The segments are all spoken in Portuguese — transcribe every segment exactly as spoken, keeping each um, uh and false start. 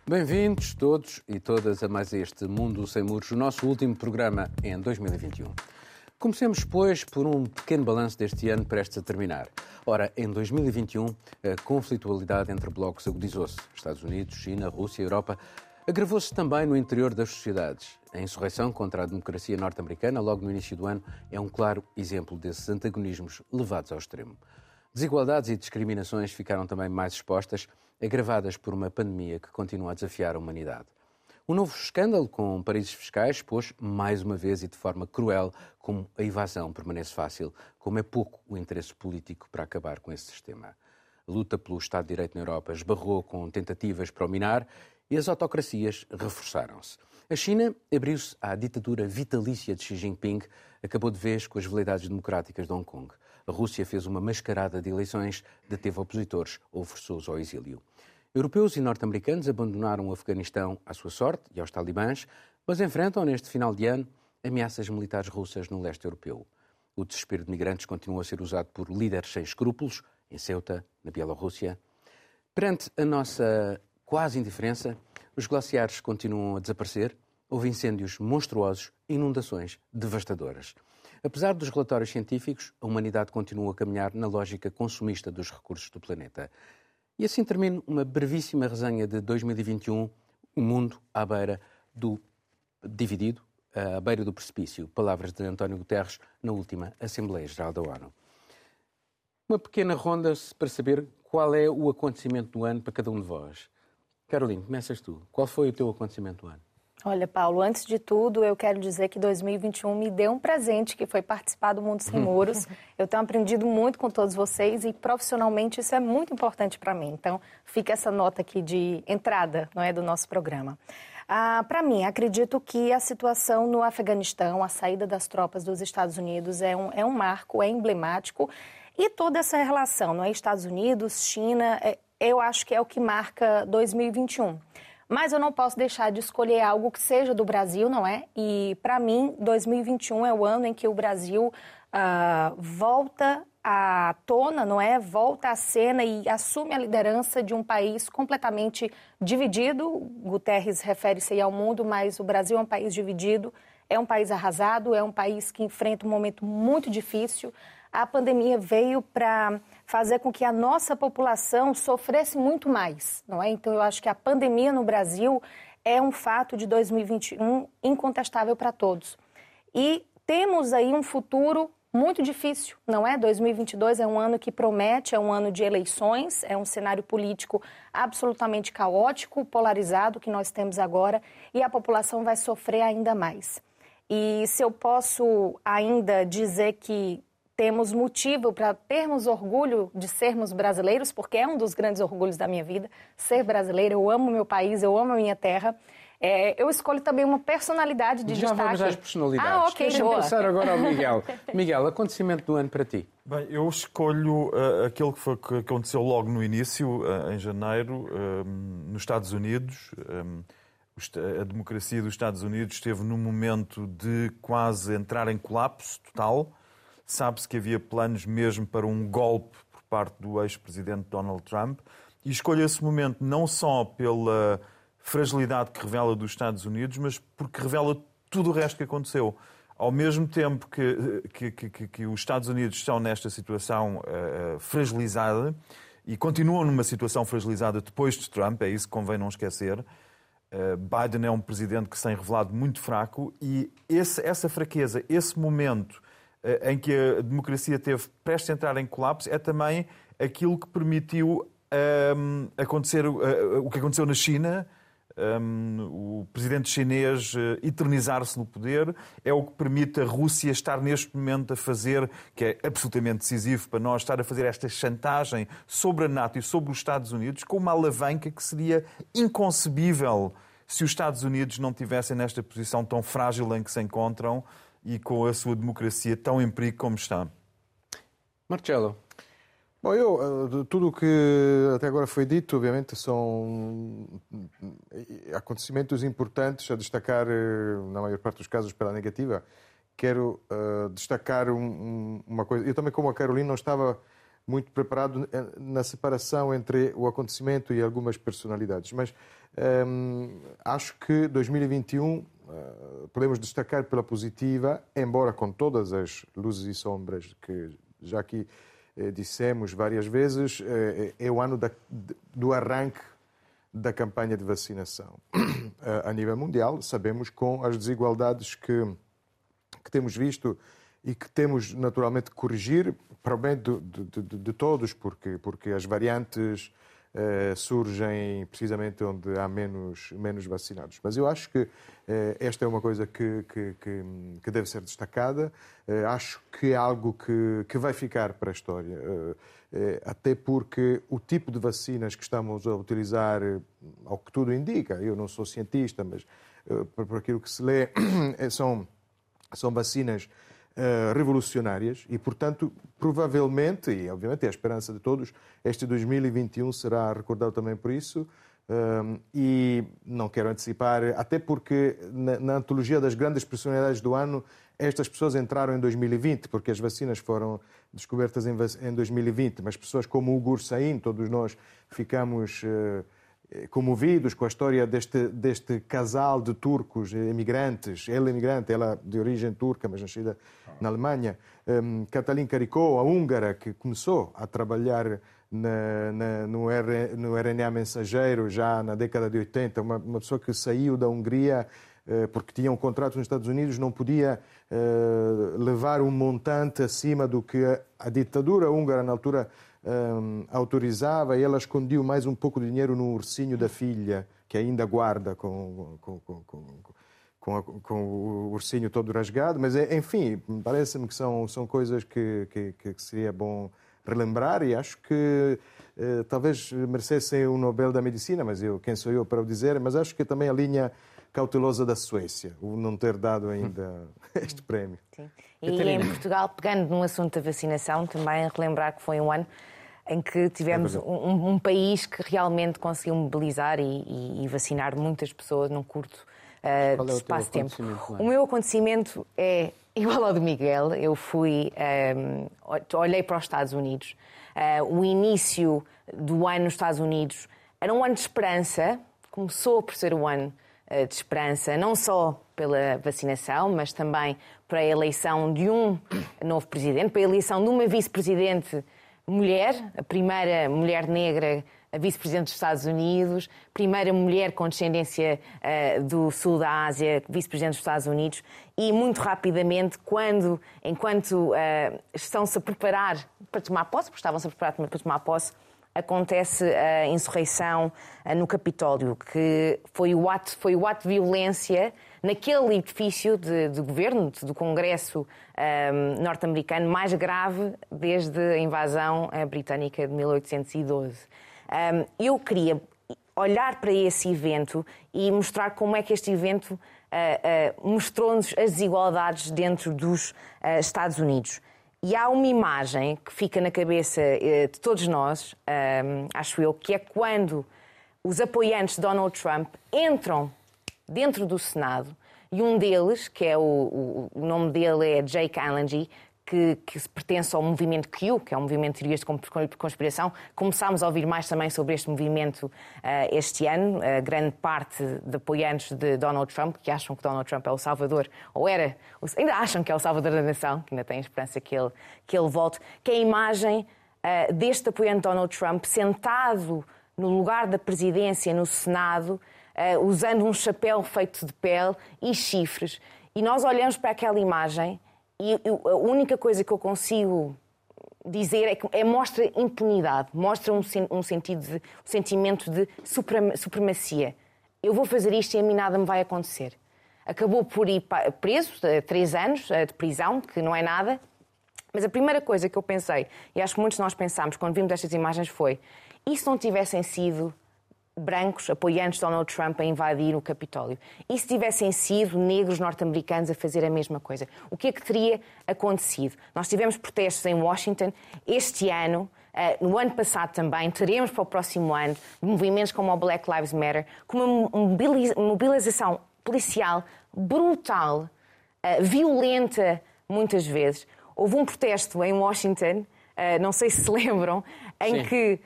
Bem-vindos todos e todas a mais este Mundo Sem Muros, o nosso último programa em dois mil e vinte e um. Comecemos, pois, por um pequeno balanço deste ano prestes a terminar. Ora, em dois mil e vinte e um, a conflitualidade entre blocos agudizou-se. Estados Unidos, China, Rússia e Europa agravou-se também no interior das sociedades. A insurreição contra a democracia norte-americana, logo no início do ano, é um claro exemplo desses antagonismos levados ao extremo. Desigualdades e discriminações ficaram também mais expostas, agravadas por uma pandemia que continua a desafiar a humanidade. Um novo escândalo com paraísos fiscais pôs, mais uma vez e de forma cruel, como a evasão permanece fácil, como é pouco o interesse político para acabar com esse sistema. A luta pelo Estado de Direito na Europa esbarrou com tentativas para o minar e as autocracias reforçaram-se. A China abriu-se à ditadura vitalícia de Xi Jinping, acabou de vez com as veleidades democráticas de Hong Kong. A Rússia fez uma mascarada de eleições, deteve opositores ou forçou-os ao exílio. Europeus e norte-americanos abandonaram o Afeganistão à sua sorte e aos talibãs, mas enfrentam neste final de ano ameaças militares russas no leste europeu. O desespero de migrantes continua a ser usado por líderes sem escrúpulos, em Ceuta, na Bielorrússia. Perante a nossa quase indiferença, os glaciares continuam a desaparecer, houve incêndios monstruosos e inundações devastadoras. Apesar dos relatórios científicos, a humanidade continua a caminhar na lógica consumista dos recursos do planeta. E assim termino uma brevíssima resenha de dois mil e vinte e um, o mundo à beira do dividido, à beira do precipício. Palavras de António Guterres na última Assembleia Geral da ONU. Uma pequena ronda para saber qual é o acontecimento do ano para cada um de vós. Carolina, começas tu. Qual foi o teu acontecimento do ano? Olha, Paulo, antes de tudo, eu quero dizer que dois mil e vinte e um me deu um presente, que foi participar do Mundo Sem Muros. Eu tenho aprendido muito com todos vocês e profissionalmente isso é muito importante para mim. Então, fica essa nota aqui de entrada, não é, do nosso programa. Ah, para mim, acredito que a situação no Afeganistão, a saída das tropas dos Estados Unidos é um, é um marco, é emblemático. E toda essa relação, não é, Estados Unidos, China, é, eu acho que é o que marca dois mil e vinte e um. Mas eu não posso deixar de escolher algo que seja do Brasil, não é? E, para mim, dois mil e vinte e um é o ano em que o Brasil uh, volta à tona, não é? Volta à cena e assume a liderança de um país completamente dividido. Guterres refere-se aí ao mundo, mas o Brasil é um país dividido, é um país arrasado, é um país que enfrenta um momento muito difícil. A pandemia veio para fazer com que a nossa população sofresse muito mais, não é? Então, eu acho que a pandemia no Brasil é um fato de dois mil e vinte e um incontestável para todos. E temos aí um futuro muito difícil, não é? dois mil e vinte e dois é um ano que promete, é um ano de eleições, é um cenário político absolutamente caótico, polarizado que nós temos agora, e a população vai sofrer ainda mais. E se eu posso ainda dizer que temos motivo para termos orgulho de sermos brasileiros, porque é um dos grandes orgulhos da minha vida, ser brasileira. Eu amo meu país, eu amo a minha terra. É, eu escolho também uma personalidade de Já destaque. Já vamos às personalidades. Ah, ok, Deixa-me boa. passar agora ao Miguel. Miguel, acontecimento do ano para ti? Bem, eu escolho uh, aquilo que, foi, que aconteceu logo no início, uh, em janeiro, um, nos Estados Unidos. Um, a democracia dos Estados Unidos esteve num momento de quase entrar em colapso total. Sabe-se que havia planos mesmo para um golpe por parte do ex-presidente Donald Trump. E escolho esse momento não só pela fragilidade que revela dos Estados Unidos, mas porque revela tudo o resto que aconteceu. Ao mesmo tempo que, que, que, que os Estados Unidos estão nesta situação uh, fragilizada e continuam numa situação fragilizada depois de Trump, é isso que convém não esquecer. Uh, Biden é um presidente que se tem revelado muito fraco e esse, essa fraqueza, esse momento em que a democracia teve prestes a entrar em colapso, é também aquilo que permitiu um, acontecer uh, o que aconteceu na China, um, o presidente chinês uh, eternizar-se no poder, é o que permite a Rússia estar neste momento a fazer, que é absolutamente decisivo para nós, estar a fazer esta chantagem sobre a NATO e sobre os Estados Unidos, com uma alavanca que seria inconcebível se os Estados Unidos não tivessem nesta posição tão frágil em que se encontram e com a sua democracia tão em perigo como está. Marcelo. Bom, eu, de tudo o que até agora foi dito, obviamente, são acontecimentos importantes a destacar, na maior parte dos casos, pela negativa. Quero uh, destacar um, uma coisa. Eu também, como a Carolina, não estava muito preparado na separação entre o acontecimento e algumas personalidades. Mas hum, acho que dois mil e vinte e um uh, podemos destacar pela positiva, embora com todas as luzes e sombras que já aqui eh, dissemos várias vezes, eh, é o ano da, do arranque da campanha de vacinação. A nível mundial, sabemos com as desigualdades que, que temos visto e que temos naturalmente que corrigir para o bem de, de, de, de todos, porque, porque as variantes eh, surgem precisamente onde há menos, menos vacinados. Mas eu acho que eh, esta é uma coisa que, que, que, que deve ser destacada. Eh, acho que é algo que, que vai ficar para a história. Eh, eh, até porque o tipo de vacinas que estamos a utilizar, ao que tudo indica, eu não sou cientista, mas eh, por, por aquilo que se lê, são, são vacinas Uh, revolucionárias e, portanto, provavelmente, e obviamente é a esperança de todos, este dois mil e vinte e um será recordado também por isso. Um, e não quero antecipar, até porque na, na antologia das grandes personalidades do ano, estas pessoas entraram em dois mil e vinte, porque as vacinas foram descobertas em, em dois mil e vinte, mas pessoas como o Ugur Sahin, todos nós ficamos uh, comovidos com a história deste, deste casal de turcos imigrantes, ele imigrante, ela de origem turca, mas nascida na Alemanha, um, Katalin Karikó, a húngara, que começou a trabalhar na, na, no, R, no R N A mensageiro já na década de oitenta, uma, uma pessoa que saiu da Hungria uh, porque tinha um contrato nos Estados Unidos, não podia uh, levar um montante acima do que a, a ditadura húngara na altura Um, autorizava, e ela escondia mais um pouco de dinheiro no ursinho da filha, que ainda guarda com, com, com, com, com, a, com o ursinho todo rasgado. Mas, enfim, parece-me que são, são coisas que, que, que seria bom relembrar, e acho que eh, talvez merecessem o Nobel da Medicina, mas eu, quem sou eu para o dizer, mas acho que também a linha cautelosa da Suécia, o não ter dado ainda este prémio. Sim. E em Portugal, pegando no assunto da vacinação, também relembrar que foi um ano em que tivemos é um, um país que realmente conseguiu mobilizar e, e, e vacinar muitas pessoas num curto uh, espaço de tempo. O meu acontecimento é igual ao do Miguel. Eu fui, um, olhei para os Estados Unidos. Uh, o início do ano nos Estados Unidos era um ano de esperança. Começou por ser um ano uh, de esperança, não só pela vacinação, mas também para a eleição de um novo presidente, para a eleição de uma vice-presidente mulher, a primeira mulher negra a vice-presidente dos Estados Unidos, primeira mulher com descendência uh, do sul da Ásia, vice-presidente dos Estados Unidos, e muito rapidamente, quando, enquanto uh, estão-se a preparar para tomar posse, porque estavam-se a preparar para tomar posse, acontece a insurreição uh, no Capitólio, que foi o ato, foi o ato de violência naquele edifício de, de governo, do Congresso um, norte-americano, mais grave desde a invasão uh, britânica de mil oitocentos e doze. Um, eu queria olhar para esse evento e mostrar como é que este evento uh, uh, mostrou-nos as desigualdades dentro dos uh, Estados Unidos. E há uma imagem que fica na cabeça uh, de todos nós, um, acho eu, que é quando os apoiantes de Donald Trump entram dentro do Senado, e um deles, que é o, o, o nome dele é Jake Allenby, que, que pertence ao movimento Q, que é um movimento de teorias de conspiração. Começámos a ouvir mais também sobre este movimento uh, este ano. Uh, grande parte de apoiantes de Donald Trump, que acham que Donald Trump é o salvador, ou era, ainda acham que é o salvador da nação, que ainda têm esperança que ele, que ele volte, que é a imagem uh, deste apoiante de Donald Trump sentado no lugar da presidência no Senado, Uh, usando um chapéu feito de pele e chifres. E nós olhamos para aquela imagem e a única coisa que eu consigo dizer é que é, mostra impunidade, mostra um, um, sentido de, um sentimento de suprema, supremacia. Eu vou fazer isto e a mim nada me vai acontecer. Acabou por ir preso, três anos de prisão, que não é nada. Mas a primeira coisa que eu pensei, e acho que muitos de nós pensámos quando vimos estas imagens, foi: e se não tivessem sido brancos, apoiantes de Donald Trump, a invadir o Capitólio? E se tivessem sido negros norte-americanos a fazer a mesma coisa? O que é que teria acontecido? Nós tivemos protestos em Washington este ano, no ano passado também, teremos para o próximo ano movimentos como o Black Lives Matter, com uma mobilização policial brutal, violenta muitas vezes. Houve um protesto em Washington não sei se se lembram, em Sim. que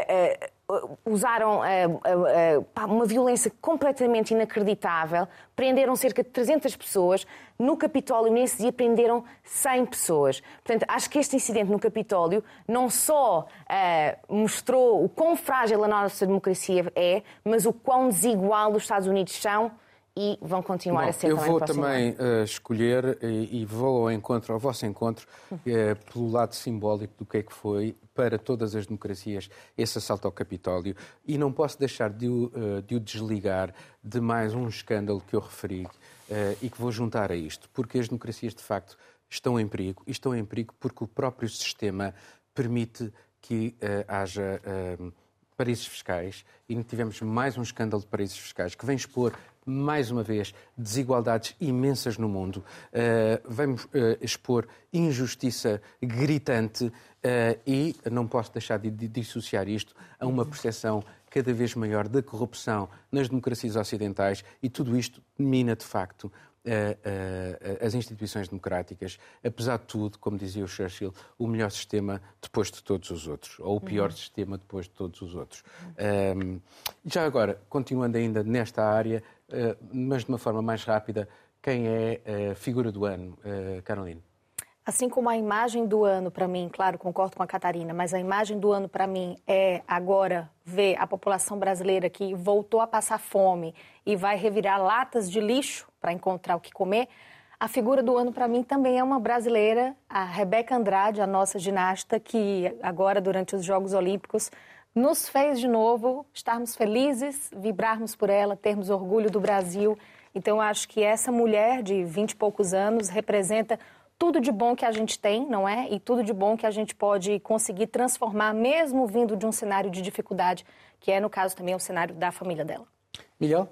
uh, uh, usaram uh, uh, uh, uma violência completamente inacreditável, prenderam cerca de trezentas pessoas, no Capitólio nesse dia prenderam cem pessoas. Portanto, acho que este incidente no Capitólio não só uh, mostrou o quão frágil a nossa democracia é, mas o quão desigual os Estados Unidos são e vão continuar Bom, a ser eu também vou no próximo também ano. uh, escolher e, e vou ao encontro, ao vosso encontro, uh, pelo lado simbólico do que é que foi para todas as democracias esse assalto ao Capitólio, e não posso deixar de o, uh, de o desligar de mais um escândalo que eu referi uh, e que vou juntar a isto, porque as democracias de facto estão em perigo, e estão em perigo porque o próprio sistema permite que uh, haja uh, paraísos fiscais, e tivemos mais um escândalo de paraísos fiscais que vem expor mais uma vez, desigualdades imensas no mundo. Uh, vamos uh, expor injustiça gritante uh, e não posso deixar de, de dissociar isto a uma percepção cada vez maior da corrupção nas democracias ocidentais, e tudo isto mina, de facto, Uh, uh, as instituições democráticas, apesar de tudo, como dizia o Churchill, o melhor sistema depois de todos os outros, ou o pior uhum. sistema depois de todos os outros. Um, já agora, continuando ainda nesta área, uh, mas de uma forma mais rápida, quem é a figura do ano, uh, Caroline? Assim como a imagem do ano para mim, claro, concordo com a Catarina, mas a imagem do ano para mim é agora ver a população brasileira que voltou a passar fome e vai revirar latas de lixo para encontrar o que comer. A figura do ano para mim também é uma brasileira, a Rebeca Andrade, a nossa ginasta, que agora durante os Jogos Olímpicos nos fez de novo estarmos felizes, vibrarmos por ela, termos orgulho do Brasil. Então eu acho que essa mulher de vinte e poucos anos representa tudo de bom que a gente tem, não é? E tudo de bom que a gente pode conseguir transformar, mesmo vindo de um cenário de dificuldade, que é, no caso, também o cenário da família dela. Miguel?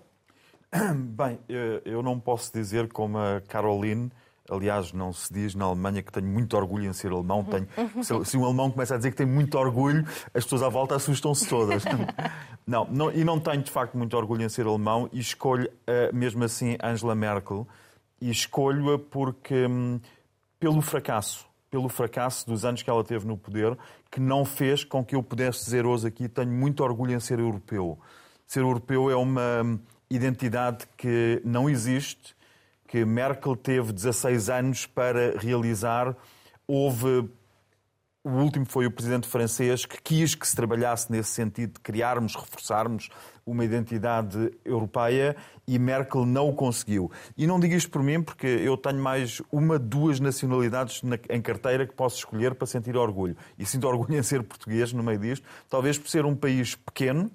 Bem, eu não posso dizer como a Caroline, aliás, não se diz na Alemanha que tenho muito orgulho em ser alemão. Tenho, se um alemão começa a dizer que tem muito orgulho, as pessoas à volta assustam-se todas. Não, não, e não tenho, de facto, muito orgulho em ser alemão, e escolho, mesmo assim, Angela Merkel, e escolho-a porque... pelo fracasso, pelo fracasso dos anos que ela teve no poder, que não fez com que eu pudesse dizer hoje aqui, tenho muito orgulho em ser europeu. Ser europeu é uma identidade que não existe, que Merkel teve dezasseis anos para realizar. Houve... O último foi o presidente francês que quis que se trabalhasse nesse sentido de criarmos, reforçarmos uma identidade europeia, e Merkel não o conseguiu. E não digo isto por mim, porque eu tenho mais uma, duas nacionalidades em carteira que posso escolher para sentir orgulho. E sinto orgulho em ser português no meio disto, talvez por ser um país pequeno,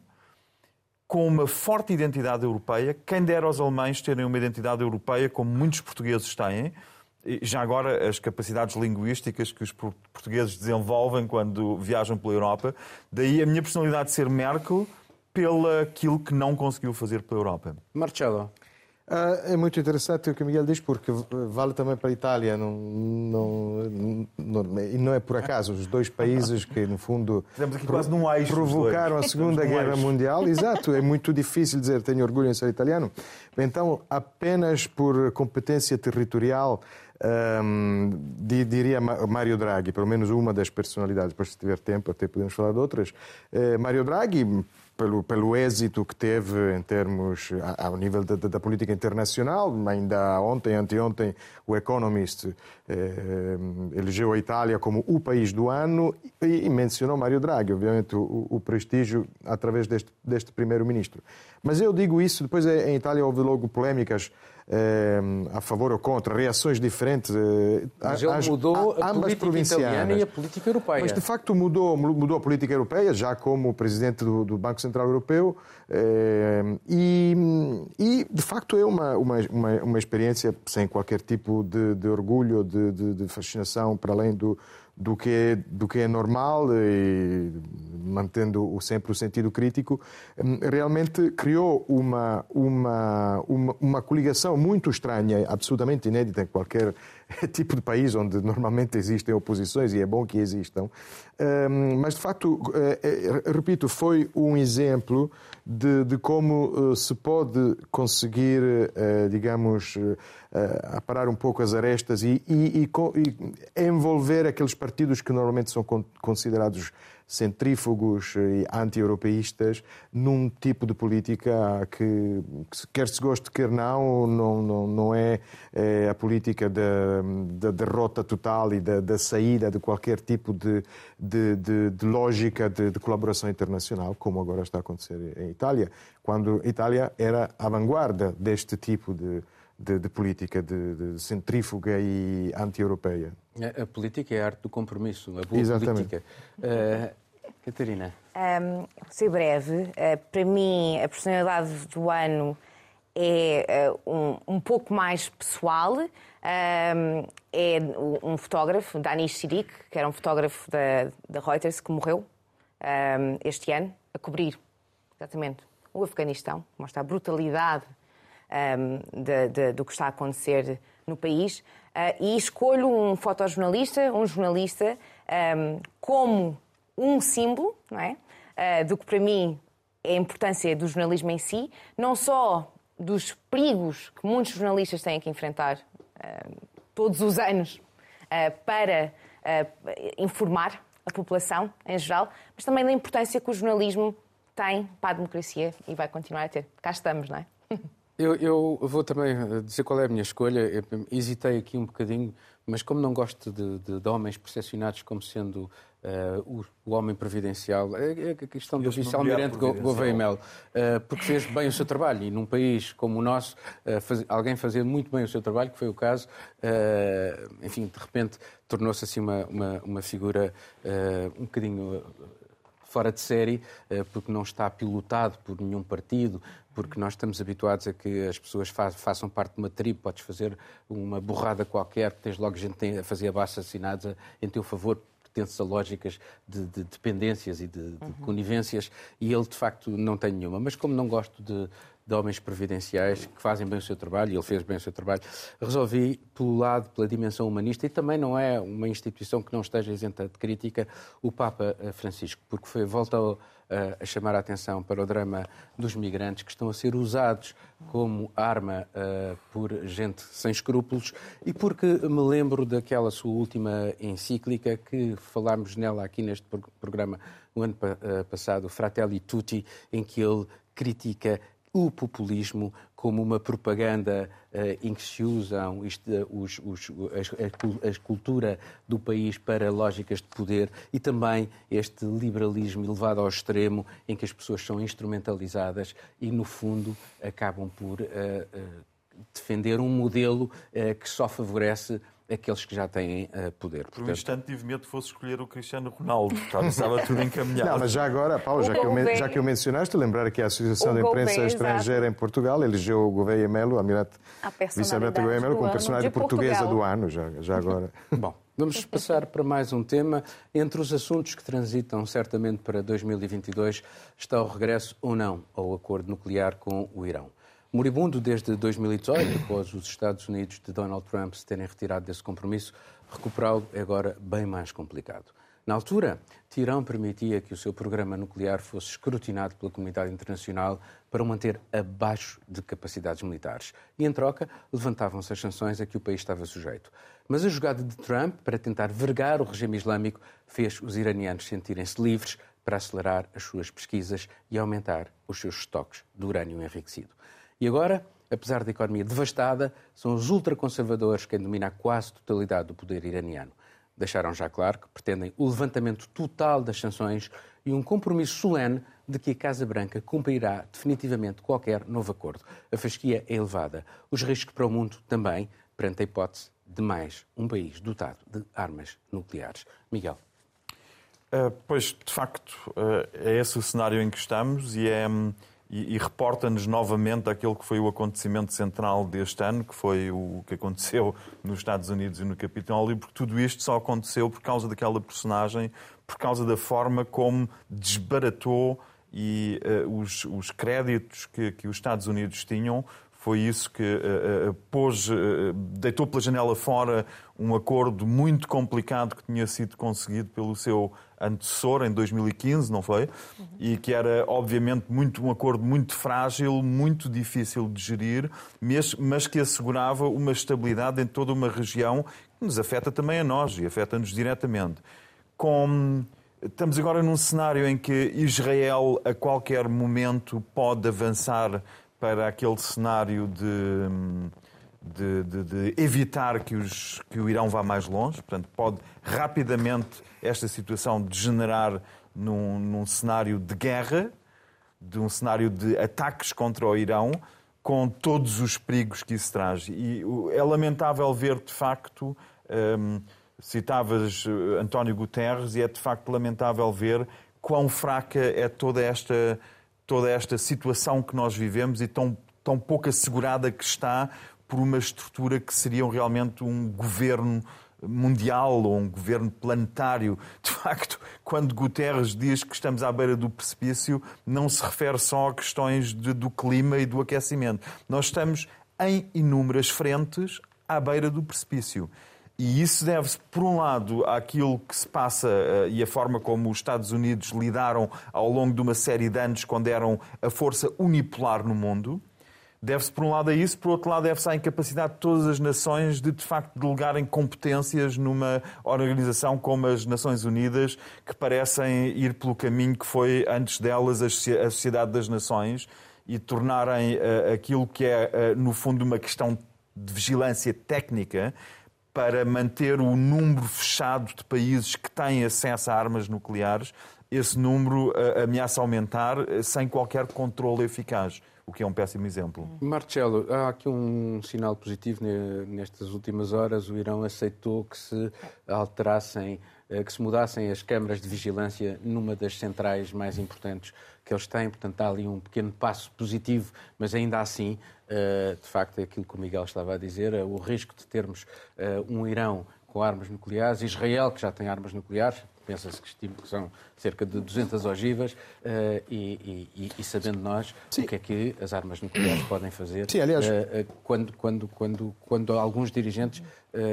com uma forte identidade europeia. Quem dera aos alemães terem uma identidade europeia, como muitos portugueses têm. Já agora, as capacidades linguísticas que os portugueses desenvolvem quando viajam pela Europa. Daí a minha personalidade de ser Merkel, pelo aquilo que não conseguiu fazer pela Europa. Marcelo? É muito interessante o que o Miguel diz, porque vale também para a Itália. Não, não, não, e não é por acaso. Os dois países que, no fundo, aqui quase num eixo, provocaram a Segunda Guerra Mundial. Exato, é muito difícil dizer tenho orgulho em ser italiano. Então, apenas por competência territorial, Um, diria Mário Draghi, pelo menos uma das personalidades. Depois, se tiver tempo, até podemos falar de outras. Uh, Mário Draghi, pelo, pelo êxito que teve em termos ao nível da, da política internacional, ainda ontem, anteontem, o Economist eh, elegeu a Itália como o país do ano e, e mencionou Mário Draghi, obviamente o, o prestígio através deste, deste primeiro-ministro. Mas eu digo isso, depois em Itália houve logo polémicas eh, a favor ou contra, reações diferentes. Eh, Mas ele as, mudou a, a política italiana e a política europeia. Mas de facto mudou, mudou a política europeia, já como presidente do, do Banco Central Europeu, eh, e, e de facto é uma, uma, uma, uma experiência sem qualquer tipo de, de orgulho, de, de, de fascinação, para além do, do, que é, do que é normal, e mantendo sempre o sentido crítico. Realmente criou uma, uma, uma, uma coligação muito estranha, absolutamente inédita em qualquer tipo de país onde normalmente existem oposições, e é bom que existam. Mas, de facto, repito, foi um exemplo de, de como se pode conseguir, digamos, a parar um pouco as arestas e, e, e, e envolver aqueles partidos que normalmente são considerados centrífugos e anti-europeístas num tipo de política que, quer se goste, quer não, não, não, não é, é a política da, da derrota total e da, da saída de qualquer tipo de, de, de, de lógica de, de colaboração internacional, como agora está a acontecer em Itália, quando a Itália era a vanguarda deste tipo de, de, de política de, de centrífuga e anti-europeia. A, a política é a arte do compromisso, a boa Exatamente. política. Uh, Catarina? Um, ser breve. Uh, para mim, a personalidade do ano é uh, um, um pouco mais pessoal. Um, é um fotógrafo, Danish Sidik, que era um fotógrafo da, da Reuters, que morreu um, este ano, a cobrir, exatamente, o Afeganistão. Mostra a brutalidade um, de, de, do que está a acontecer no país. Uh, e escolho um fotojornalista, um jornalista, um, como um símbolo, não é? Uh, do que para mim é a importância do jornalismo em si, não só dos perigos que muitos jornalistas têm que enfrentar uh, todos os anos uh, para uh, informar a população em geral, mas também da importância que o jornalismo tem para a democracia e vai continuar a ter. Cá estamos, não é? Eu, eu vou também dizer qual é a minha escolha. Eu hesitei aqui um bocadinho, mas como não gosto de, de, de homens percepcionados como sendo uh, o, o homem previdencial, é a questão do vice-almirante Gouveia e Melo, uh, porque fez bem o seu trabalho. E num país como o nosso, uh, faz, alguém fazer muito bem o seu trabalho, que foi o caso, uh, enfim, de repente tornou-se assim uma, uma, uma figura uh, um bocadinho Uh, fora de série, porque não está pilotado por nenhum partido, porque nós estamos habituados a que as pessoas façam parte de uma tribo, podes fazer uma borrada qualquer, tens logo gente a fazer abaixo-assinados em teu favor, pertence a lógicas de, de dependências e de, de conivências, e ele de facto não tem nenhuma. Mas como não gosto de, de homens previdenciais que fazem bem o seu trabalho, e ele fez bem o seu trabalho, resolvi, pelo lado, pela dimensão humanista, e também não é uma instituição que não esteja isenta de crítica, o Papa Francisco, porque foi, volta a, a chamar a atenção para o drama dos migrantes que estão a ser usados como arma uh, por gente sem escrúpulos, e porque me lembro daquela sua última encíclica, que falámos nela aqui neste programa no ano passado, Fratelli Tutti, em que ele critica o populismo como uma propaganda uh, em que se usam isto, os, os, a, a cultura do país para lógicas de poder, e também este liberalismo elevado ao extremo em que as pessoas são instrumentalizadas e, no fundo, acabam por uh, uh, defender um modelo uh, que só favorece aqueles que já têm uh, poder. Por um instante tive medo que fosse escolher o Cristiano Ronaldo, portanto, estava tudo encaminhado. Não, mas já agora, Paulo, já que, eu, já que eu mencionaste, lembrar que a Associação de Imprensa Estrangeira em Portugal elegeu o Gouveia Melo, a vice-almirante Gouveia Melo, como personagem portuguesa do ano, já, já agora. Bom, vamos passar para mais um tema. Entre os assuntos que transitam certamente para dois mil e vinte e dois está o regresso ou não ao acordo nuclear com o Irão. Moribundo desde dois mil e dezoito, após os Estados Unidos de Donald Trump se terem retirado desse compromisso, recuperá-lo é agora bem mais complicado. Na altura, Teherão permitia que o seu programa nuclear fosse escrutinado pela comunidade internacional para o manter abaixo de capacidades militares. E, em troca, levantavam-se as sanções a que o país estava sujeito. Mas a jogada de Trump para tentar vergar o regime islâmico fez os iranianos sentirem-se livres para acelerar as suas pesquisas e aumentar os seus estoques de urânio enriquecido. E agora, apesar da economia devastada, são os ultraconservadores quem domina a quase totalidade do poder iraniano. Deixaram já claro que pretendem o levantamento total das sanções e um compromisso solene de que a Casa Branca cumprirá definitivamente qualquer novo acordo. A fasquia é elevada. Os riscos para o mundo também, perante a hipótese de mais um país dotado de armas nucleares. Miguel. Uh, pois, de facto, uh, é esse o cenário em que estamos e é... E, e reporta-nos novamente aquilo que foi o acontecimento central deste ano, que foi o que aconteceu nos Estados Unidos e no Capitólio, porque tudo isto só aconteceu por causa daquela personagem, por causa da forma como desbaratou e uh, os, os créditos que, que os Estados Unidos tinham foi isso que uh, uh, pôs, uh, deitou pela janela fora um acordo muito complicado que tinha sido conseguido pelo seu antecessor em dois mil e quinze, não foi? Uhum. E que era, obviamente, muito, um acordo muito frágil, muito difícil de gerir, mas que assegurava uma estabilidade em toda uma região que nos afeta também a nós e afeta-nos diretamente. Com... Estamos agora num cenário em que Israel, a qualquer momento, pode avançar para aquele cenário de, de, de, de evitar que, os, que o Irão vá mais longe. Portanto, pode rapidamente esta situação degenerar num, num cenário de guerra, de um cenário de ataques contra o Irão, com todos os perigos que isso traz. E é lamentável ver, de facto, hum, citavas António Guterres, e é de facto lamentável ver quão fraca é toda esta... toda esta situação que nós vivemos e tão, tão pouco assegurada que está por uma estrutura que seria realmente um governo mundial ou um governo planetário. De facto, quando Guterres diz que estamos à beira do precipício, não se refere só a questões de, do clima e do aquecimento. Nós estamos em inúmeras frentes à beira do precipício. E isso deve-se, por um lado, àquilo que se passa uh, e a forma como os Estados Unidos lidaram ao longo de uma série de anos, quando eram a força unipolar no mundo. Deve-se, por um lado, a isso. Por outro lado, deve-se à incapacidade de todas as nações de, de facto, delegarem competências numa organização como as Nações Unidas, que parecem ir pelo caminho que foi, antes delas, a Sociedade das Nações, e tornarem uh, aquilo que é, uh, no fundo, uma questão de vigilância técnica, para manter o número fechado de países que têm acesso a armas nucleares. Esse número ameaça aumentar sem qualquer controle eficaz, o que é um péssimo exemplo. Marcelo, há aqui um sinal positivo nestas últimas horas. O Irão aceitou que se alterassem, que se mudassem as câmaras de vigilância numa das centrais mais importantes que eles têm. Portanto, há ali um pequeno passo positivo, mas ainda assim, de facto, é aquilo que o Miguel estava a dizer, o risco de termos um Irão com armas nucleares, Israel, que já tem armas nucleares, pensa-se que são cerca de duzentas ogivas, e, e, e sabendo nós Sim. o que é que as armas nucleares podem fazer. Sim, aliás... quando, quando, quando, quando alguns dirigentes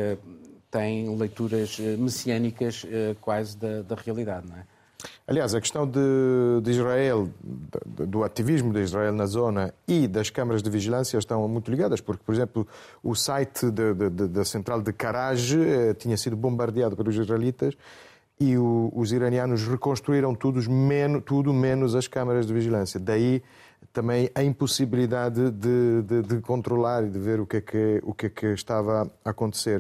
têm leituras messiânicas quase da, da realidade, não é? Aliás, a questão de, de Israel, do ativismo de Israel na zona e das câmaras de vigilância estão muito ligadas, porque, por exemplo, o site de, de, de, da central de Karaj eh, tinha sido bombardeado pelos israelitas e o, os iranianos reconstruíram tudo menos, tudo menos as câmaras de vigilância. Daí também a impossibilidade de, de, de controlar e de ver o que é que, o que, é que estava a acontecer.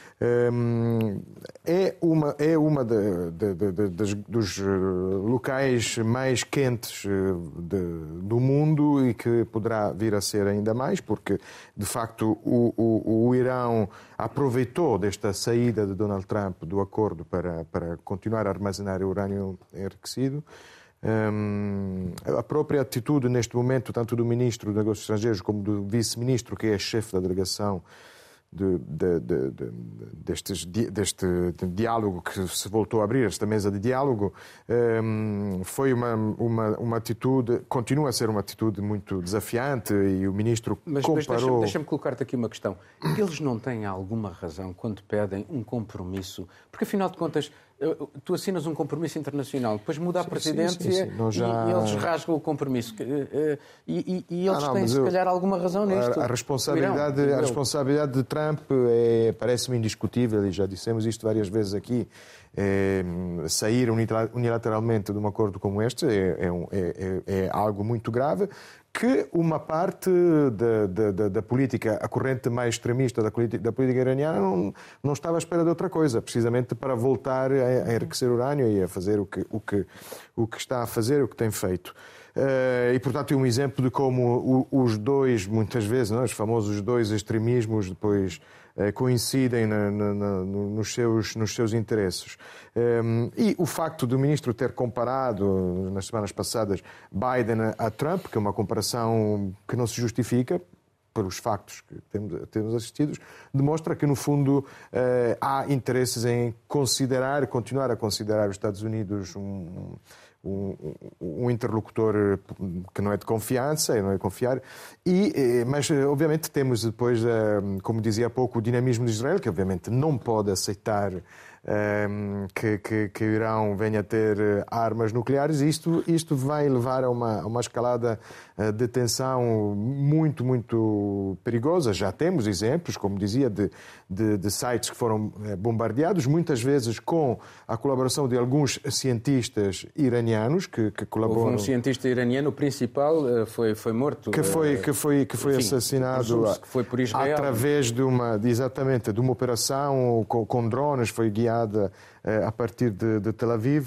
É uma, é uma de, de, de, de, dos locais mais quentes de, do mundo e que poderá vir a ser ainda mais, porque, de facto, o, o, o Irão aproveitou desta saída de Donald Trump do acordo para, para continuar a armazenar urânio enriquecido. Um, a própria atitude, neste momento, tanto do Ministro dos Negócios Estrangeiros como do Vice-Ministro, que é chefe da delegação, De, de, de, de, destes, deste diálogo que se voltou a abrir, esta mesa de diálogo, um, foi uma, uma, uma atitude, continua a ser uma atitude muito desafiante, e o Ministro mas, comparou... Mas deixa-me deixa colocar-te aqui uma questão. Eles não têm alguma razão quando pedem um compromisso? Porque, afinal de contas, tu assinas um compromisso internacional, depois muda a presidência sim, sim, sim. Já... e, e eles rasgam o compromisso. E, e, e eles ah, não, têm, se eu... calhar, alguma razão nisto. A, a, responsabilidade, a responsabilidade de Trump é, parece-me indiscutível, e já dissemos isto várias vezes aqui. É, sair unilateralmente de um acordo como este é, é, é, é algo muito grave, que uma parte da, da, da política, a corrente mais extremista da política, da política iraniana não, não estava à espera de outra coisa, precisamente para voltar a, a enriquecer urânio e a fazer o que, o, que, o que está a fazer, o que tem feito. Uh, e, portanto, é um exemplo de como o, os dois, muitas vezes, não, os famosos dois extremismos, depois uh, coincidem na, na, na, nos, seus, nos seus interesses. Um, e o facto do ministro ter comparado, nas semanas passadas, Biden a Trump, que é uma comparação que não se justifica, pelos factos que temos, temos assistidos, demonstra que, no fundo, eh, há interesses em considerar, continuar a considerar os Estados Unidos um, um, um interlocutor que não é de confiança, não é de confiar. E, mas, obviamente, temos depois, como dizia há pouco, o dinamismo de Israel, que obviamente não pode aceitar Um, que, que, que o Irão venha a ter armas nucleares. Isto, isto vai levar a uma, a uma escalada de tensão muito, muito perigosa. Já temos exemplos, como dizia, de, de, de sites que foram bombardeados, muitas vezes com a colaboração de alguns cientistas iranianos que, que colaboram. Houve um cientista iraniano, o principal, foi, foi morto. Que foi, que foi, que foi Enfim, assassinado que foi por Israel. através de uma, exatamente, de uma operação com, com drones, foi guiado a partir de, de Tel Aviv.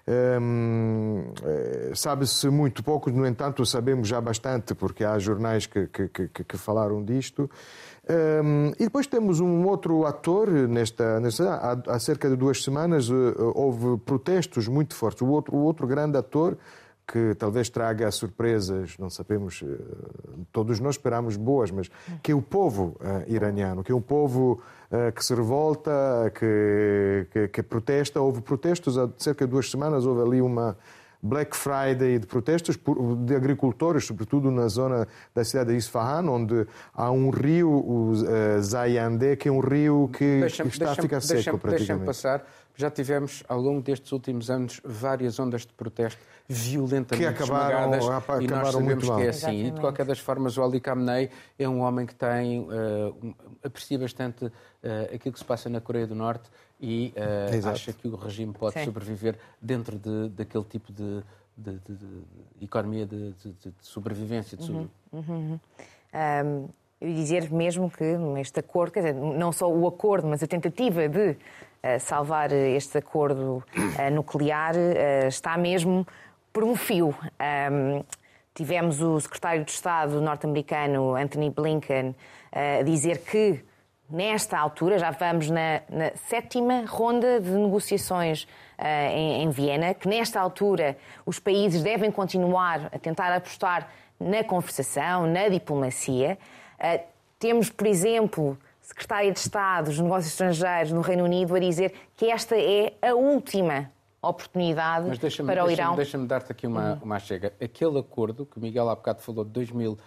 Um, sabe-se muito pouco, no entanto, sabemos já bastante, porque há jornais que, que, que, que falaram disto. Um, e depois temos um outro ator, nesta, nesta, há, há cerca de duas semanas houve protestos muito fortes. O outro, o outro grande ator, que talvez traga surpresas, não sabemos, todos nós esperamos boas, mas que é o povo uh, iraniano, que é um povo uh, que se revolta, que, que, que protesta. Houve protestos há cerca de duas semanas, houve ali uma Black Friday de protestos de agricultores, sobretudo na zona da cidade de Isfahan, onde há um rio, o uh, Zayandeh, que é um rio que, que está a ficar seco praticamente. Deixa-me passar. Já tivemos, ao longo destes últimos anos, várias ondas de protesto violentamente que acabaram, esmagadas, e nós sabemos que é assim. Exatamente. E, de qualquer das formas, o Ali Khamenei é um homem que tem, uh, aprecia bastante uh, aquilo que se passa na Coreia do Norte e uh, acha que o regime pode Sim. sobreviver dentro de, daquele tipo de, de, de, de economia de, de, de sobrevivência. De uhum, uhum. Um, eu ia dizer mesmo que este acordo, quer dizer, não só o acordo, mas a tentativa de uh, salvar este acordo uh, nuclear uh, está mesmo por um fio. Um, tivemos o secretário de Estado norte-americano, Anthony Blinken, uh, a dizer que nesta altura, já vamos na, na sétima ronda de negociações uh, em, em Viena, que nesta altura os países devem continuar a tentar apostar na conversação, na diplomacia. Uh, temos, por exemplo, secretária de Estado dos Negócios Estrangeiros no Reino Unido a dizer que esta é a última oportunidade Mas deixa-me, para o deixa-me, Irão. Deixa-me dar-te aqui uma, uhum. uma chega. Aquele acordo que o Miguel há bocado falou de dois mil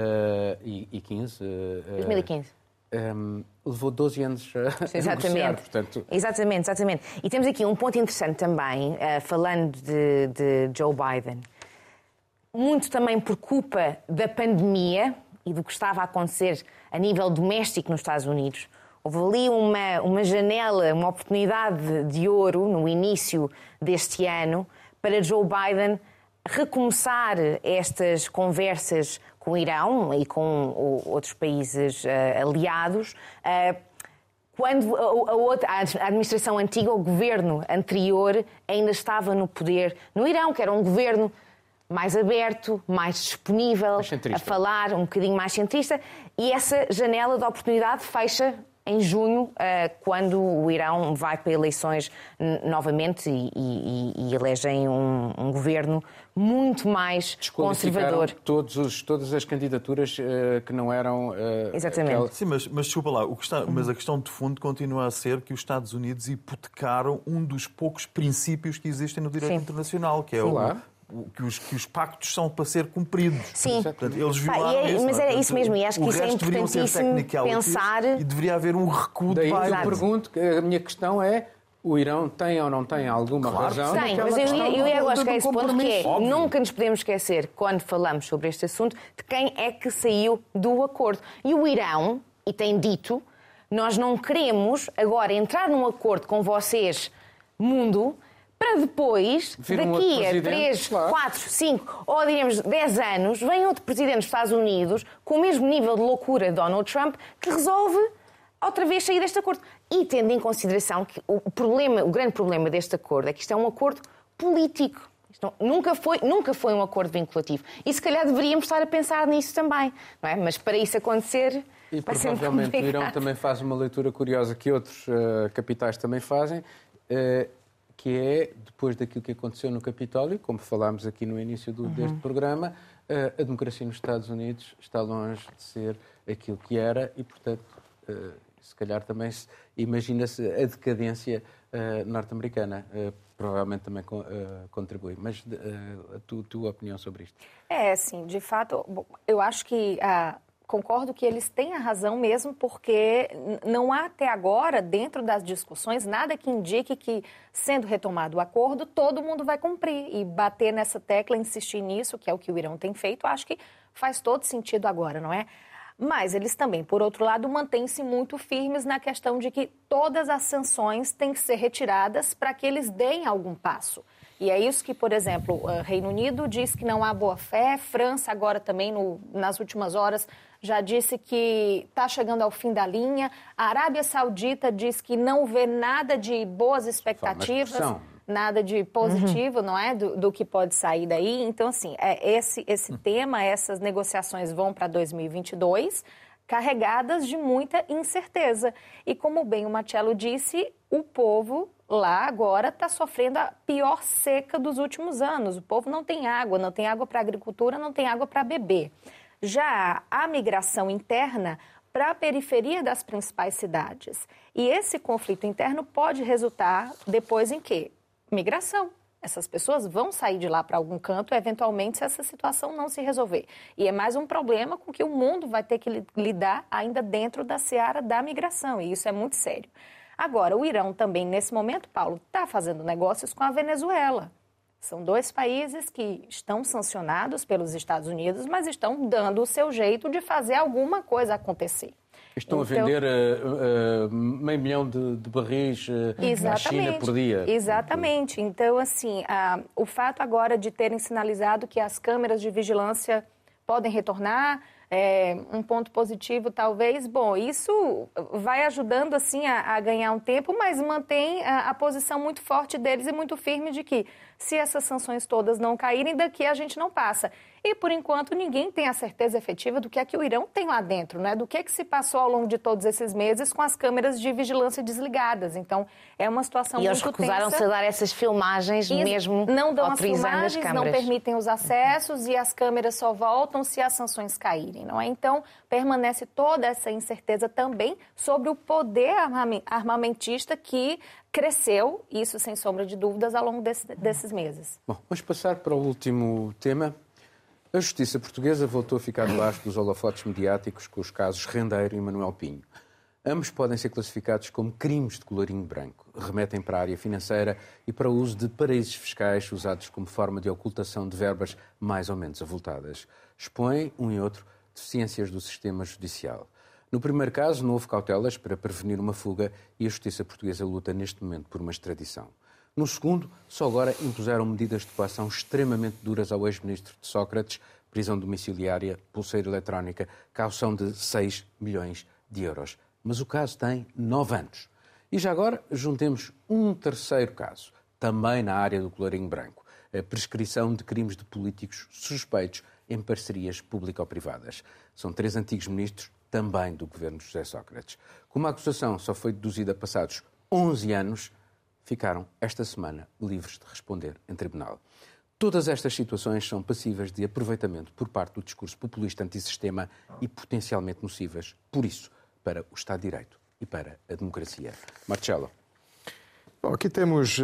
e quinze... Uh, dois mil e quinze. Um, levou doze anos a exatamente. negociar, portanto... Exatamente, exatamente. E temos aqui um ponto interessante também, uh, falando de, de Joe Biden. Muito também por culpa da pandemia e do que estava a acontecer a nível doméstico nos Estados Unidos. Houve ali uma, uma janela, uma oportunidade de ouro no início deste ano para Joe Biden recomeçar estas conversas com o Irão e com o, outros países uh, aliados, uh, quando a, a, outra, a administração antiga, o governo anterior, ainda estava no poder no Irão, que era um governo mais aberto, mais disponível a falar, um bocadinho mais centrista, e essa janela de oportunidade fecha em junho, quando o Irão vai para eleições novamente e, e, e elegem um, um governo muito mais conservador. Todos os, todas as candidaturas uh, que não eram... Uh, Exatamente. Aquela... Sim, mas, mas desculpa lá, o que está... mas a questão de fundo continua a ser que os Estados Unidos hipotecaram um dos poucos princípios que existem no direito Sim. internacional, que é Sim. o... Claro. Que os, que os pactos são para ser cumpridos. Sim. Portanto, eles violaram é, isso. Mas era isso mesmo, e acho que o isso é importantíssimo pensar... E deveria haver um recuo Daí de eu pergunto, a minha questão é, o Irão tem ou não tem alguma claro, razão? Tem, mas eu, eu, eu agora cheguei a esse ponto que é, óbvio. Nunca nos podemos esquecer, quando falamos sobre este assunto, de quem é que saiu do acordo. E o Irão, e tem dito, nós não queremos agora entrar num acordo com vocês, mundo... para depois, Vir daqui um a três, claro. quatro, cinco ou, diremos, dez anos, vem outro presidente dos Estados Unidos com o mesmo nível de loucura de Donald Trump que resolve outra vez sair deste acordo. E tendo em consideração que o, problema, o grande problema deste acordo é que isto é um acordo político. Isto não, nunca, foi, nunca foi um acordo vinculativo. E se calhar deveríamos estar a pensar nisso também. Não é? Mas para isso acontecer... E provavelmente o Irão também faz uma leitura curiosa que outros uh, capitais também fazem, uh, que é, depois daquilo que aconteceu no Capitólio, como falámos aqui no início do, uhum. deste programa, a democracia nos Estados Unidos está longe de ser aquilo que era e, portanto, se calhar também se, imagina-se a decadência uh, norte-americana. Uh, provavelmente também uh, contribui. Mas uh, a tu, tua opinião sobre isto? É, sim, de fato, eu acho que... Uh, concordo que eles têm a razão mesmo, porque não há até agora, dentro das discussões, nada que indique que, sendo retomado o acordo, todo mundo vai cumprir. E bater nessa tecla, insistir nisso, que é o que o Irão tem feito, acho que faz todo sentido agora, não é? Mas eles também, por outro lado, mantêm-se muito firmes na questão de que todas as sanções têm que ser retiradas para que eles deem algum passo. E é isso que, por exemplo, o Reino Unido diz que não há boa-fé, França agora também, no, nas últimas horas, já disse que está chegando ao fim da linha, a Arábia Saudita diz que não vê nada de boas expectativas, nada de positivo, uhum. não é, do, do que pode sair daí. Então, assim, é, esse, esse uhum. tema, essas negociações vão para dois mil e vinte e dois, carregadas de muita incerteza. E como bem o Marcelo disse, o povo lá agora está sofrendo a pior seca dos últimos anos. O povo não tem água, não tem água para a agricultura, não tem água para beber. Já há a migração interna para a periferia das principais cidades. E esse conflito interno pode resultar depois em quê? Migração. Essas pessoas vão sair de lá para algum canto, eventualmente, se essa situação não se resolver. E é mais um problema com que o mundo vai ter que lidar ainda dentro da seara da migração, e isso é muito sério. Agora, o Irão também, nesse momento, Paulo, está fazendo negócios com a Venezuela. São dois países que estão sancionados pelos Estados Unidos, mas estão dando o seu jeito de fazer alguma coisa acontecer. Estão então, a vender uh, uh, meio milhão de, de barris uh, à China por dia. Exatamente. Então, assim, uh, o fato agora de terem sinalizado que as câmeras de vigilância podem retornar, é, um ponto positivo talvez, bom, isso vai ajudando assim a, a ganhar um tempo, mas mantém a, a posição muito forte deles e muito firme de que se essas sanções todas não caírem, daqui a gente não passa. E, por enquanto, ninguém tem a certeza efetiva do que é que o Irão tem lá dentro, né? Do que é que se passou ao longo de todos esses meses com as câmeras de vigilância desligadas. Então, é uma situação e muito tensa. E eles recusaram-se a dar essas filmagens, e mesmo não dão autorizando as filmagens, as câmeras. Não permitem os acessos e as câmeras só voltam se as sanções caírem, não é? Então, permanece toda essa incerteza também sobre o poder armamentista que cresceu, isso sem sombra de dúvidas, ao longo desse, desses meses. Bom, vamos passar para o último tema. A justiça portuguesa voltou a ficar debaixo dos holofotes mediáticos com os casos Rendeiro e Manuel Pinho. Ambos podem ser classificados como crimes de colorinho branco. Remetem para a área financeira e para o uso de paraísos fiscais usados como forma de ocultação de verbas mais ou menos avultadas. Expõem, um e outro, deficiências do sistema judicial. No primeiro caso, não houve cautelas para prevenir uma fuga e a justiça portuguesa luta neste momento por uma extradição. No segundo, só agora impuseram medidas de coação extremamente duras ao ex-ministro de Sócrates, prisão domiciliária, pulseira eletrónica, caução de seis milhões de euros. Mas o caso tem nove anos. E já agora juntemos um terceiro caso, também na área do colorinho branco, a prescrição de crimes de políticos suspeitos em parcerias público-privadas. São três antigos ministros, também do governo de José Sócrates. Como a acusação só foi deduzida passados onze anos, ficaram esta semana livres de responder em tribunal. Todas estas situações são passíveis de aproveitamento por parte do discurso populista antissistema e potencialmente nocivas, por isso, para o Estado de Direito e para a democracia. Marcelo. Bom, aqui temos uh,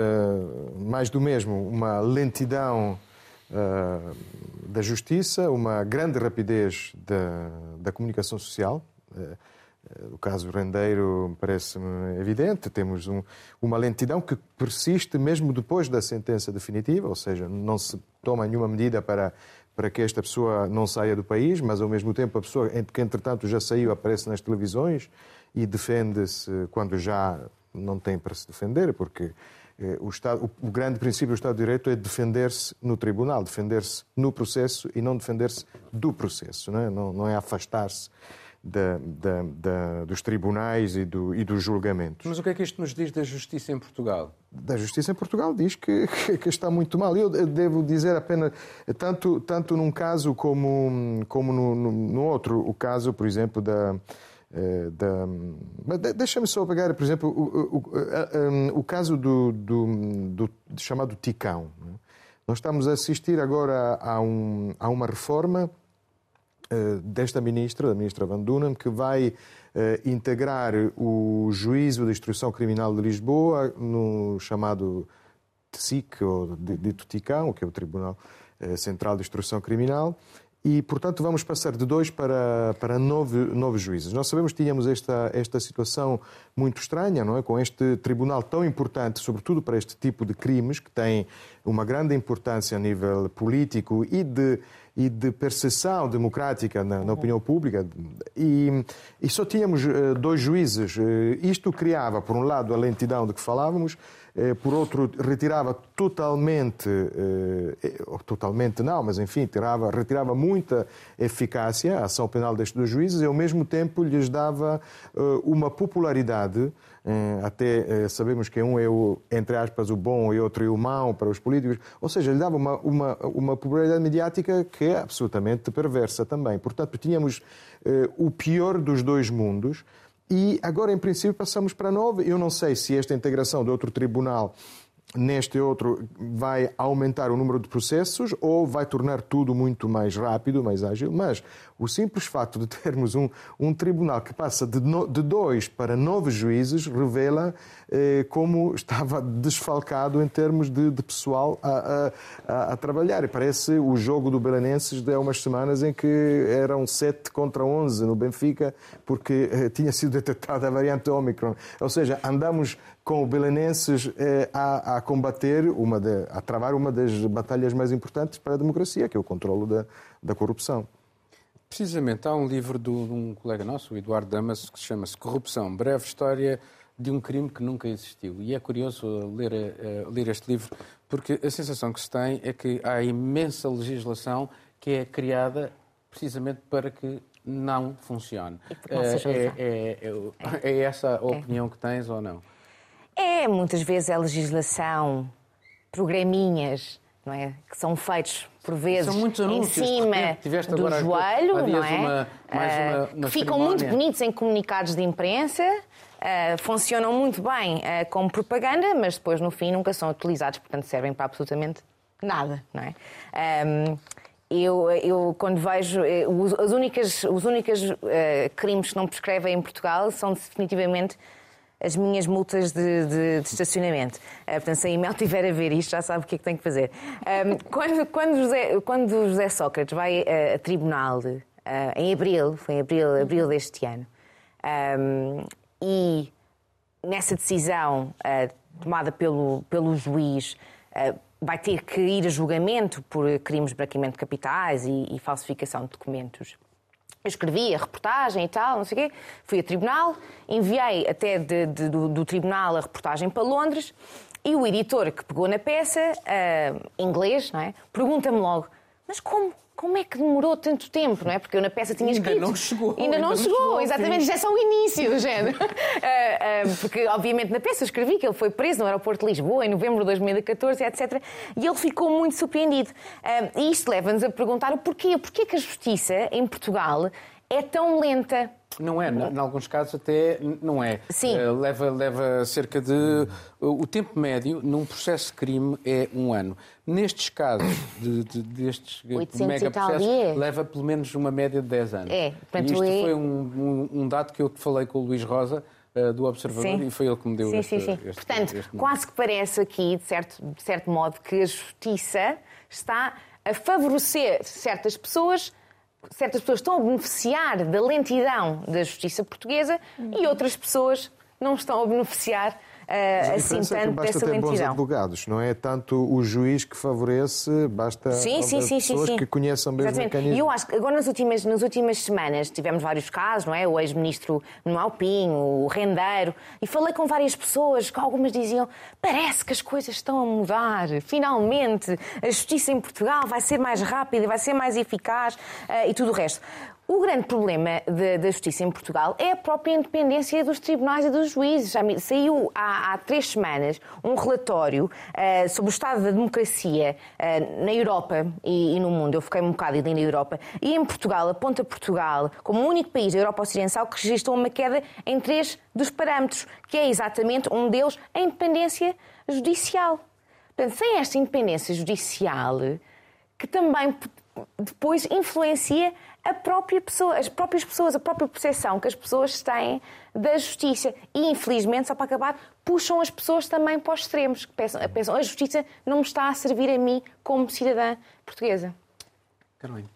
mais do mesmo, uma lentidão uh, da justiça, uma grande rapidez da, da comunicação social. Uh, O caso Rendeiro parece-me evidente. Temos um, uma lentidão que persiste mesmo depois da sentença definitiva, ou seja, não se toma nenhuma medida para, para que esta pessoa não saia do país, mas ao mesmo tempo a pessoa que entretanto já saiu aparece nas televisões e defende-se quando já não tem para se defender, porque eh, o, Estado, o, o grande princípio do Estado de Direito é defender-se no tribunal, defender-se no processo e não defender-se do processo, não é, não, não é afastar-se Da, da, da, dos tribunais e, do, e dos julgamentos. Mas o que é que isto nos diz da justiça em Portugal? Da justiça em Portugal diz que, que está muito mal. Eu devo dizer apenas, tanto, tanto num caso como, como no, no, no outro, o caso, por exemplo, da... da deixa-me só pegar, por exemplo, o, o, o caso do, do, do chamado Ticão. Nós estamos a assistir agora a, um, a uma reforma desta ministra, da ministra Van Dunen, que vai uh, integrar o Juízo de Instrução Criminal de Lisboa no chamado T S I C, ou dito TICAM, que é o Tribunal uh, Central de Instrução Criminal, e, portanto, vamos passar de dois para, para nove, nove juízes. Nós sabemos que tínhamos esta, esta situação muito estranha, não é? Com este tribunal tão importante, sobretudo para este tipo de crimes, que tem uma grande importância a nível político e de, e de percepção democrática na, na opinião pública. E, e só tínhamos uh, dois juízes. Uh, isto criava, por um lado, a lentidão de que falávamos, por outro, retirava totalmente, eh, totalmente não, mas enfim, tirava, retirava muita eficácia à ação penal destes dois juízes e ao mesmo tempo lhes dava eh, uma popularidade, eh, até eh, sabemos que um é, o, entre aspas, o bom e outro é o mau para os políticos, ou seja, lhe dava uma, uma, uma popularidade mediática que é absolutamente perversa também. Portanto, tínhamos eh, o pior dos dois mundos. E agora, em princípio, passamos para nove. Eu não sei se esta integração de outro tribunal neste outro vai aumentar o número de processos ou vai tornar tudo muito mais rápido, mais ágil, mas o simples fato de termos um, um tribunal que passa de, no, de dois para nove juízes revela eh, como estava desfalcado em termos de, de pessoal a, a, a trabalhar. E parece o jogo do Belenenses de há umas semanas em que eram sete contra onze no Benfica porque eh, tinha sido detectada a variante Omicron. Ou seja, andamos com o Belenenses eh, a, a combater, uma de, a travar uma das batalhas mais importantes para a democracia, que é o controlo da, da corrupção. Precisamente, há um livro de um colega nosso, o Eduardo Damas, que se chama-se Corrupção, breve história de um crime que nunca existiu. E é curioso ler, uh, ler este livro, porque a sensação que se tem é que há imensa legislação que é criada precisamente para que não funcione. Não uh, seja é, é, é, é essa a opinião é. que tens ou não? É, muitas vezes é legislação, programinhas, não é? Que são feitos, por vezes, são muitos anúncios, em cima do joelho, não é? Uma, mais uma, uma que ficam muito bonitos em comunicados de imprensa, uh, funcionam muito bem uh, como propaganda, mas depois, no fim, nunca são utilizados, portanto, servem para absolutamente nada, não é? Um, Eu, eu, quando vejo as únicas, os únicos uh, crimes que não prescrevem em Portugal são definitivamente as minhas multas de, de, de estacionamento. Uh, portanto, se a Imel estiver a ver isto, já sabe o que é que tem que fazer. Um, quando, quando, José, quando José Sócrates vai uh, a tribunal uh, em abril, foi em abril, abril deste ano, um, e nessa decisão uh, tomada pelo, pelo juiz, uh, vai ter que ir a julgamento por crimes de branqueamento de capitais e, e falsificação de documentos. Eu escrevi a reportagem e tal, não sei o quê, fui a tribunal, enviei até de, de, do, do tribunal a reportagem para Londres e o editor que pegou na peça, uh, inglês, não é? Pergunta-me logo, mas como? Como é que demorou tanto tempo, não é? Porque eu na peça tinha escrito... Ainda não chegou. Ainda não, ainda chegou, não chegou, exatamente. Isto é só o início do género. uh, uh, porque, obviamente, na peça eu escrevi que ele foi preso no aeroporto de Lisboa em novembro de dois mil e catorze, etcétera. E ele ficou muito surpreendido. Uh, e isto leva-nos a perguntar o porquê. Porquê que a justiça em Portugal é tão lenta? Não é, em alguns casos até não é. Sim. Uh, leva, leva cerca de... Uh, o tempo médio num processo de crime é um ano. Nestes casos, de, de, destes megaprocessos, leva pelo menos uma média de dez anos. É, portanto, e isto é... foi um, um, um dado que eu falei com o Luís Rosa, uh, do Observador, sim. E foi ele que me deu sim, este, sim, sim. este Portanto, este quase que parece aqui, de certo, de certo modo, que a justiça está a favorecer certas pessoas... Certas pessoas estão a beneficiar da lentidão da justiça portuguesa uhum. e outras pessoas não estão a beneficiar uh, assim tanto é que basta dessa ter lentidão. Bons advogados, não é tanto o juiz que favorece, basta sim, sim, sim, pessoas sim, sim. que conheçam bem os mecanismos. E eu acho que agora nas últimas, nas últimas semanas tivemos vários casos, não é? O ex-ministro Manuel Pinho, o Rendeiro, e falei com várias pessoas que algumas diziam parece que as coisas estão a mudar, finalmente a justiça em Portugal vai ser mais rápida, vai ser mais eficaz uh, e tudo o resto. O grande problema de, da justiça em Portugal é a própria independência dos tribunais e dos juízes. Já saiu há, há três semanas um relatório uh, sobre o estado da democracia uh, na Europa e, e no mundo. Eu fiquei um bocado ali na Europa. E em Portugal, aponta Portugal como o único país da Europa Ocidental que registrou uma queda em três dos parâmetros, que é exatamente um deles, a independência judicial. Portanto, sem esta independência judicial... que também depois influencia a própria pessoa, as próprias pessoas, a própria percepção que as pessoas têm da justiça. E, infelizmente, só para acabar, puxam as pessoas também para os extremos, que pensam, pensam a justiça não me está a servir a mim como cidadã portuguesa. Carolina.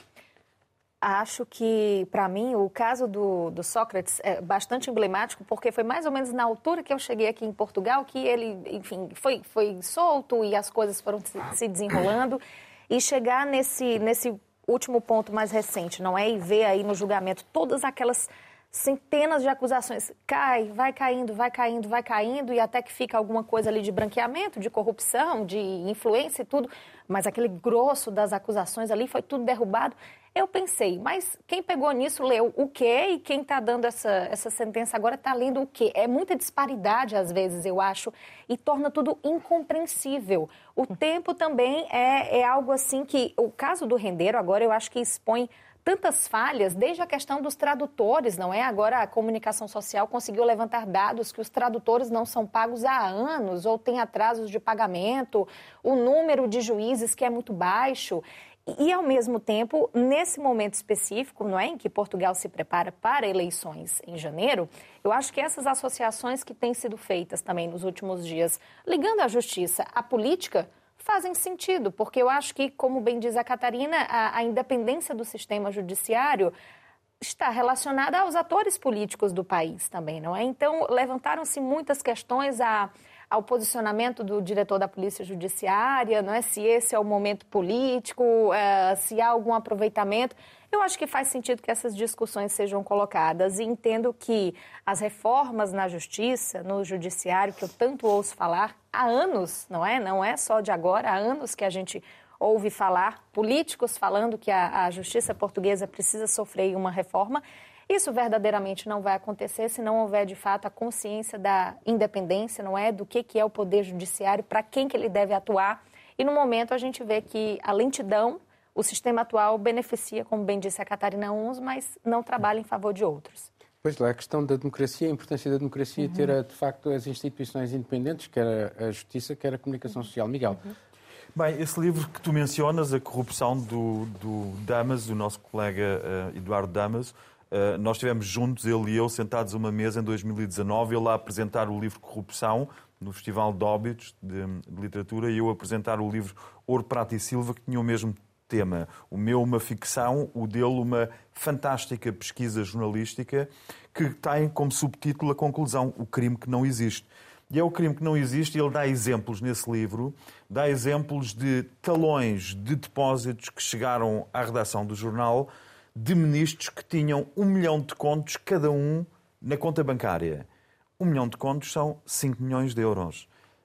Acho que, para mim, o caso do, do Sócrates é bastante emblemático, porque foi mais ou menos na altura que eu cheguei aqui em Portugal que ele, enfim, foi, foi solto e as coisas foram se desenrolando. E chegar nesse, nesse último ponto mais recente, não é? E ver aí no julgamento todas aquelas centenas de acusações. Cai, vai caindo, vai caindo, vai caindo, e até que fica alguma coisa ali de branqueamento, de corrupção, de influência e tudo. Mas aquele grosso das acusações ali foi tudo derrubado. Eu pensei, mas quem pegou nisso leu o quê? E quem está dando essa, essa sentença agora está lendo o quê? É muita disparidade, às vezes, eu acho, e torna tudo incompreensível. O tempo também é, é algo assim que... O caso do Rendeiro, agora, eu acho que expõe tantas falhas, desde a questão dos tradutores, não é? Agora a comunicação social conseguiu levantar dados que os tradutores não são pagos há anos, ou tem atrasos de pagamento, o número de juízes que é muito baixo. E, ao mesmo tempo, nesse momento específico, não é, em que Portugal se prepara para eleições em janeiro, eu acho que essas associações que têm sido feitas também nos últimos dias, ligando a justiça à política, fazem sentido, porque eu acho que, como bem diz a Catarina, a, a independência do sistema judiciário está relacionada aos atores políticos do país também, não é? Então, levantaram-se muitas questões a... ao posicionamento do diretor da Polícia Judiciária, não é? Se esse é o momento político, uh, se há algum aproveitamento. Eu acho que faz sentido que essas discussões sejam colocadas e entendo que as reformas na Justiça, no Judiciário, que eu tanto ouço falar há anos, não é? Não é só de agora, há anos que a gente ouve falar, políticos falando que a, a Justiça portuguesa precisa sofrer uma reforma. Isso verdadeiramente não vai acontecer se não houver, de fato, a consciência da independência, não é? Do que, que é o Poder Judiciário, para quem que ele deve atuar. E, no momento, a gente vê que a lentidão, o sistema atual beneficia, como bem disse a Catarina, uns, mas não trabalha em favor de outros. Pois lá, a questão da democracia, a importância da democracia uhum. ter, de facto, as instituições independentes, quer a Justiça, quer a comunicação social. Miguel. Uhum. Bem, esse livro que tu mencionas, A Corrupção, do, do Damas, o nosso colega uh, Eduardo Damas, Uh, nós estivemos juntos, ele e eu, sentados a uma mesa em dois mil e dezanove, ele a apresentar o livro Corrupção, no Festival de Óbidos de, de Literatura, e eu a apresentar o livro Ouro, Prata e Silva, que tinha o mesmo tema. O meu uma ficção, o dele uma fantástica pesquisa jornalística, que tem como subtítulo a conclusão, o crime que não existe. E é o crime que não existe, e ele dá exemplos nesse livro, dá exemplos de talões de depósitos que chegaram à redação do jornal, de ministros que tinham um milhão de contos cada um na conta bancária. Um milhão de contos são cinco milhões de euros.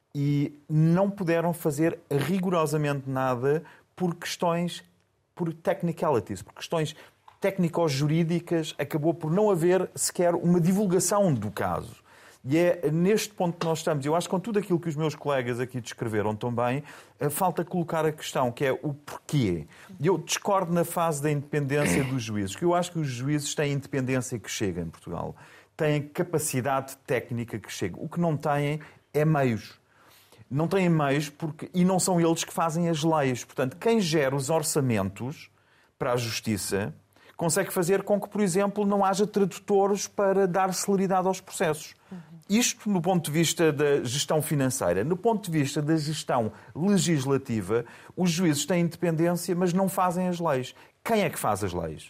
E não puderam fazer rigorosamente nada por questões, por technicalities, por questões técnico-jurídicas, acabou por não haver sequer uma divulgação do caso. E é neste ponto que nós estamos. Eu acho que com tudo aquilo que os meus colegas aqui descreveram também, falta colocar a questão, que é o porquê. Eu discordo na fase da independência dos juízes, que eu acho que os juízes têm independência que chega em Portugal. Têm capacidade técnica que chega. O que não têm é meios. Não têm meios porque, e não são eles que fazem as leis. Portanto, quem gera os orçamentos para a Justiça consegue fazer com que, por exemplo, não haja tradutores para dar celeridade aos processos. Isto no ponto de vista da gestão financeira. No ponto de vista da gestão legislativa, os juízes têm independência, mas não fazem as leis. Quem é que faz as leis?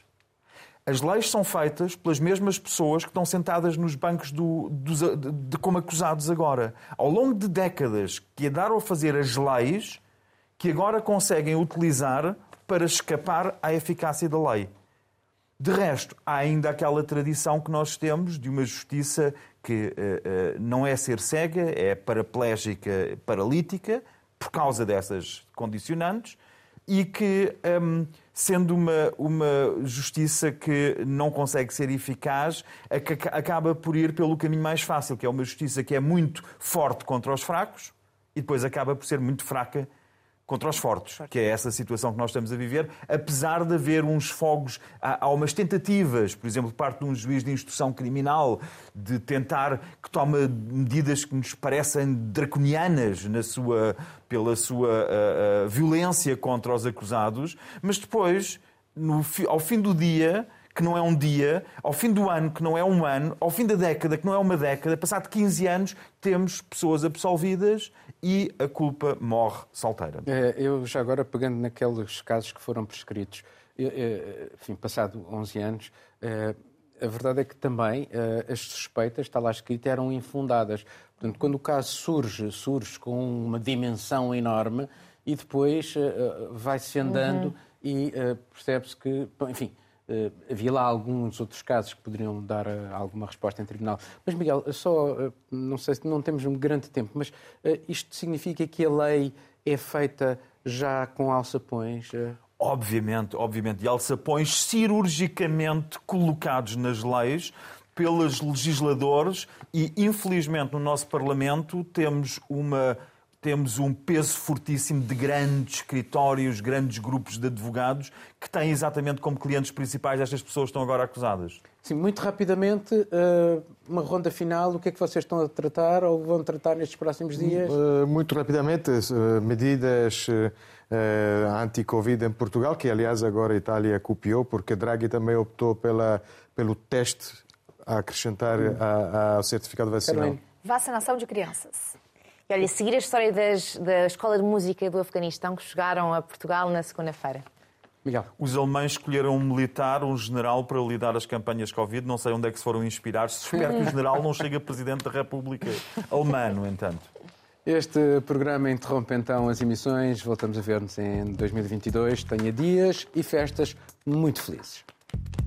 As leis são feitas pelas mesmas pessoas que estão sentadas nos bancos do, dos, de, de, como acusados agora. Ao longo de décadas que andaram a fazer as leis que agora conseguem utilizar para escapar à eficácia da lei. De resto, há ainda aquela tradição que nós temos de uma justiça que uh, uh, não é ser cega, é paraplégica, paralítica, por causa dessas condicionantes, e que, um, sendo uma, uma justiça que não consegue ser eficaz, acaba por ir pelo caminho mais fácil, que é uma justiça que é muito forte contra os fracos e depois acaba por ser muito fraca contra os fortes, que é essa situação que nós estamos a viver, apesar de haver uns fogos, há, há umas tentativas, por exemplo, de parte de um juiz de instrução criminal, de tentar que tome medidas que nos parecem draconianas na sua, pela sua uh, uh, violência contra os acusados, mas depois, no, ao fim do dia, que não é um dia, ao fim do ano, que não é um ano, ao fim da década, que não é uma década, passado quinze anos, temos pessoas absolvidas e a culpa morre solteira. Eu já agora, pegando naqueles casos que foram prescritos, enfim, passado onze anos, a verdade é que também as suspeitas, está lá escrito, eram infundadas. Portanto, quando o caso surge, surge com uma dimensão enorme e depois vai-se andando uhum. e percebe-se que, enfim, Uh, havia lá alguns outros casos que poderiam dar uh, alguma resposta em tribunal. Mas, Miguel, só, uh, não sei se não temos um grande tempo, mas uh, isto significa que a lei é feita já com alçapões? Uh... Obviamente, obviamente. E alçapões cirurgicamente colocados nas leis pelos legisladores e, infelizmente, no nosso Parlamento temos uma... Temos um peso fortíssimo de grandes escritórios, grandes grupos de advogados que têm exatamente como clientes principais estas pessoas que estão agora acusadas. Sim, muito rapidamente, uma ronda final, o que é que vocês estão a tratar ou vão tratar nestes próximos dias? Muito rapidamente, medidas anti-Covid em Portugal, que aliás agora a Itália copiou, porque Draghi também optou pela, pelo teste a acrescentar hum. ao certificado vacinal. Carolina. Vacinação de crianças. E olha, seguir a história das, da Escola de Música do Afeganistão que chegaram a Portugal na segunda-feira. Miguel. Os alemães escolheram um militar, um general, para lidar as campanhas Covid. Não sei onde é que se foram inspirar-se. Espero que o general não chegue a Presidente da República Alemã, no entanto. Este programa interrompe então as emissões. Voltamos a ver-nos em dois mil e vinte e dois. Tenha dias e festas muito felizes.